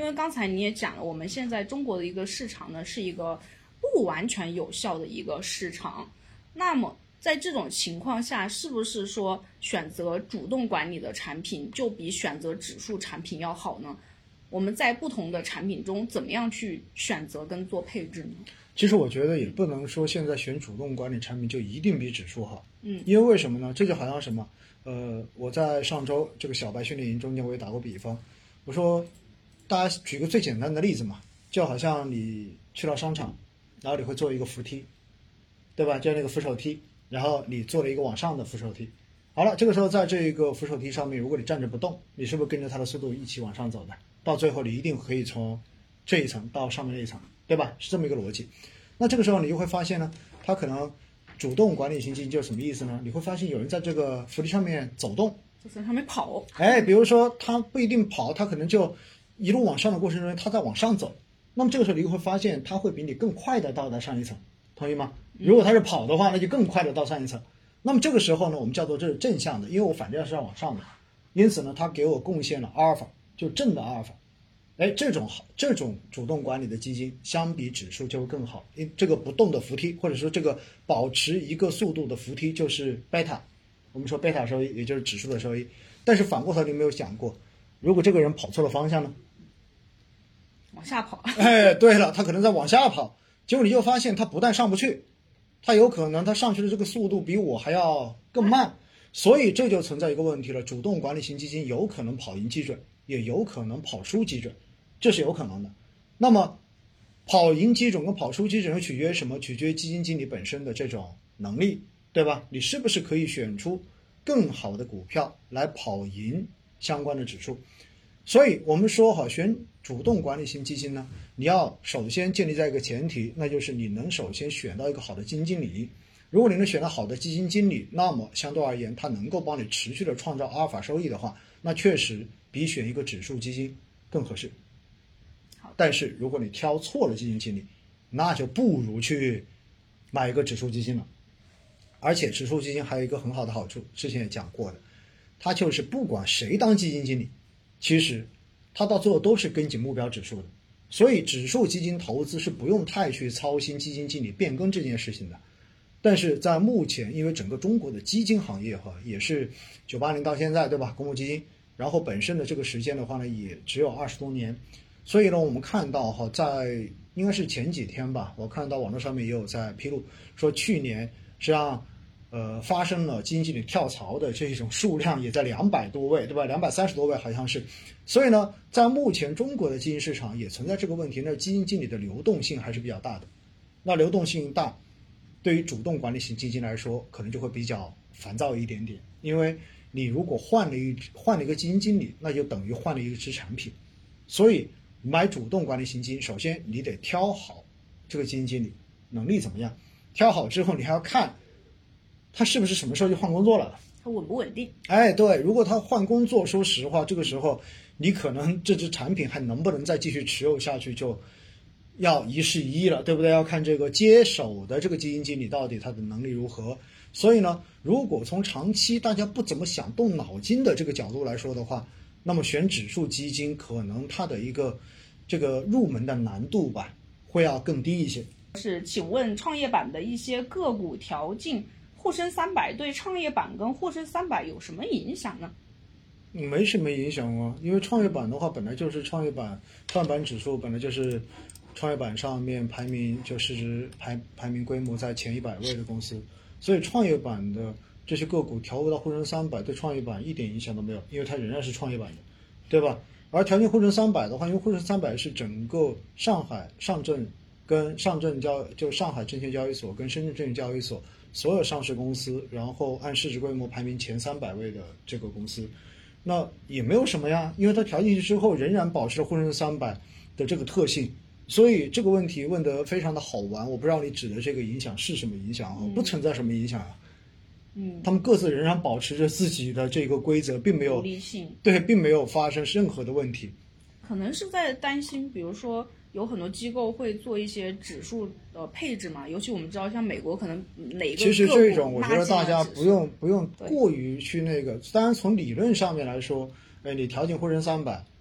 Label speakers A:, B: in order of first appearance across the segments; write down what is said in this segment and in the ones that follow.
A: 因为刚才你也讲了，我们现在中国的一个市场呢，是一个不完全有效的一个市场。那么在这种情况下，是不是说选择主动管理的产品就比选择指数产品要好呢？我们在不同的产品中怎么样去选择跟做配置呢？
B: 其实我觉得也不能说现在选主动管理产品就一定比指数好。因为为什么呢？这就好像什么？我在上周这个小白训练营中间我也打过比方，我说大家举个最简单的例子嘛，就好像你去到商场，然后你会做一个扶梯，对吧？就那个扶手梯，然后你做了一个往上的扶手梯。好了，这个时候在这个扶手梯上面，如果你站着不动，你是不是跟着它的速度一起往上走的？到最后你一定可以从这一层到上面那一层，对吧？是这么一个逻辑。那这个时候你就会发现呢，它可能主动管理型基金就是什么意思呢？你会发现有人在这个扶梯上面走动，
A: 就在上面跑。
B: 比如说他不一定跑，他可能就一路往上的过程中，他在往上走。那么这个时候你会发现，他会比你更快的到达上一层，同意吗？如果他是跑的话，那就更快的到上一层。那么这个时候呢，我们叫做这是正向的，因为我反正是要往上的，因此呢，它给我贡献了阿尔法，就正的阿尔法。这种主动管理的基金相比指数就会更好，因为这个不动的扶梯，或者说这个保持一个速度的扶梯就是贝塔，我们说贝塔收益也就是指数的收益。但是反过头你有没有想过，如果这个人跑错了方向呢？
A: 往下跑。
B: 对了，他可能在往下跑，结果你就发现他不但上不去，他有可能他上去的这个速度比我还要更慢。所以这就存在一个问题了，主动管理型基金有可能跑赢基准，也有可能跑输基准，这是有可能的。那么跑赢基准跟跑输基准又取决于什么？取决于基金经理本身的这种能力，对吧？你是不是可以选出更好的股票来跑赢相关的指数？所以我们说选主动管理型基金呢，你要首先建立在一个前提，那就是你能首先选到一个好的基金经理。如果你能选到好的基金经理，那么相对而言，它能够帮你持续的创造阿尔法收益的话，那确实比选一个指数基金更合适。但是如果你挑错了基金经理，那就不如去买一个指数基金了。而且指数基金还有一个很好的好处，之前也讲过的，它就是不管谁当基金经理，其实它到最后都是跟紧目标指数的。所以指数基金投资是不用太去操心基金经理变更这件事情的。但是在目前，因为整个中国的基金行业也是980到现在，对吧？公募基金，然后本身的这个时间的话呢，也只有20多年，所以呢，我们看到在应该是前几天吧，我看到网络上面也有在披露说，去年实际上发生了基金经理跳槽的这种数量也在200多位，对吧？230多位好像是。所以呢，在目前中国的基金市场也存在这个问题，那基金经理的流动性还是比较大的。那流动性大，对于主动管理型基金来说，可能就会比较烦躁一点点，因为你如果换了一个基金经理，那就等于换了一只产品。所以买主动管理型基金，首先你得挑好这个基金经理能力怎么样，挑好之后你还要看他是不是什么时候就换工作了，
A: 他稳不稳定。
B: 对，如果他换工作，说实话，这个时候你可能这只产品还能不能再继续持有下去，就要一事一议了，对不对？要看这个接手的这个基金经理到底他的能力如何。所以呢，如果从长期大家不怎么想动脑筋的这个角度来说的话，那么选指数基金可能它的一个这个入门的难度吧，会要更低一些。
A: 请问创业板的一些个股调进沪深300对创业板跟沪深300有什么影响呢？
B: 没什么影响啊，因为创业板的话本来就是创业板指数本来就是创业板上面排名就市值排名规模在前100位的公司，所以创业板的这些个股调回到沪深300对创业板一点影响都没有，因为它仍然是创业板的，对吧？而调进沪深300的话，因为沪深300是整个上海上证跟上海证券交易所跟深圳证券交易所所有上市公司，然后按市值规模排名前300位的这个公司，那也没有什么呀，因为它调进去之后仍然保持了沪深300的这个特性。所以这个问题问得非常的好玩，我不知道你指的这个影响是什么影响不存在什么影响啊。他们各自仍然保持着自己的这个规则，并没有
A: 独立性，
B: 对，并没有发生任何的问题。
A: 可能是在担心，比如说有很多机构会做一些指数配置嘛，尤其我们知道像美国可能哪个
B: 其实这种我觉得大家不用过于去那个，当然从理论上面来说，你调进沪深300，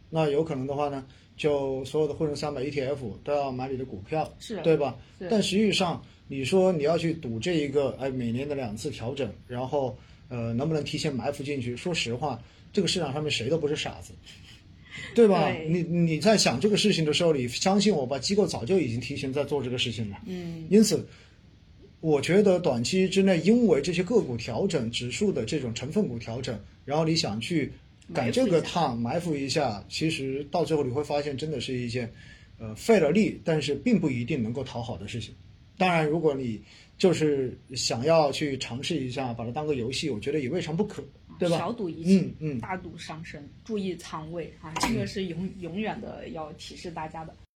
B: 那有可能的话呢，就所有的沪深300 ETF 都要买你的股票，
A: 是
B: 对吧？
A: 是
B: 但实际上，你说你要去赌这一个，每年的2次调整，然后能不能提前埋伏进去？说实话，这个市场上面谁都不是傻子，对吧？
A: 对
B: 你在想这个事情的时候，你相信我吧，机构早就已经提前在做这个事情了。因此，我觉得短期之内，因为这些个股调整、指数的这种成分股调整，然后你想去赶这个趟埋伏一下，其实到最后你会发现，真的是一件费了力，但是并不一定能够讨好的事情。当然，如果你就是想要去尝试一下，把它当个游戏，我觉得也未尝不可，对吧？
A: 小赌怡情，大赌伤身，注意仓位啊，这个是永远的要提示大家的。